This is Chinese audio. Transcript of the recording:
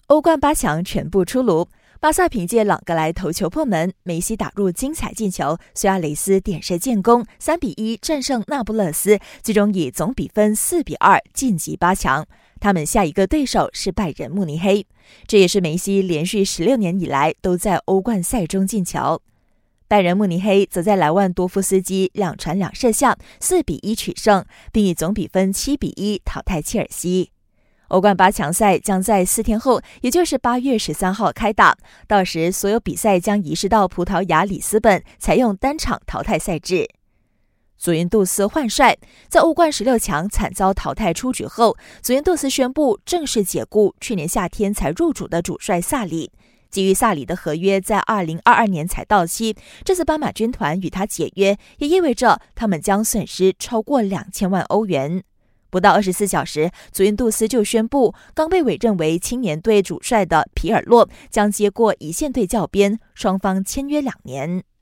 欧冠八强全部出炉，巴萨凭借朗格莱头球破门，梅西打入精彩进球，苏亚雷斯点射建功，3-1战胜那不勒斯，最终以总比分4-2晋级八强。他们下一个对手是拜仁慕尼黑，这也是梅西连续16年以来都在欧冠赛中进球。拜仁慕尼黑则在莱万多夫斯基2传2射下4-1取胜，并以总比分7-1淘汰切尔西。欧冠八强赛将在4天后，也就是8月13号开打，到时所有比赛将移师到葡萄牙里斯本，采用单场淘汰赛制。祖云杜斯换帅，在欧冠16强惨遭淘汰出局后，祖云杜斯宣布正式解雇去年夏天才入主的主帅萨里。基于萨里的合约在2022年才到期，这次斑马军团与他解约，也意味着他们将损失超过2000万欧元。不到24小时，祖云杜斯就宣布，刚被委任为青年队主帅的皮尔洛将接过一线队教鞭，双方签约2年。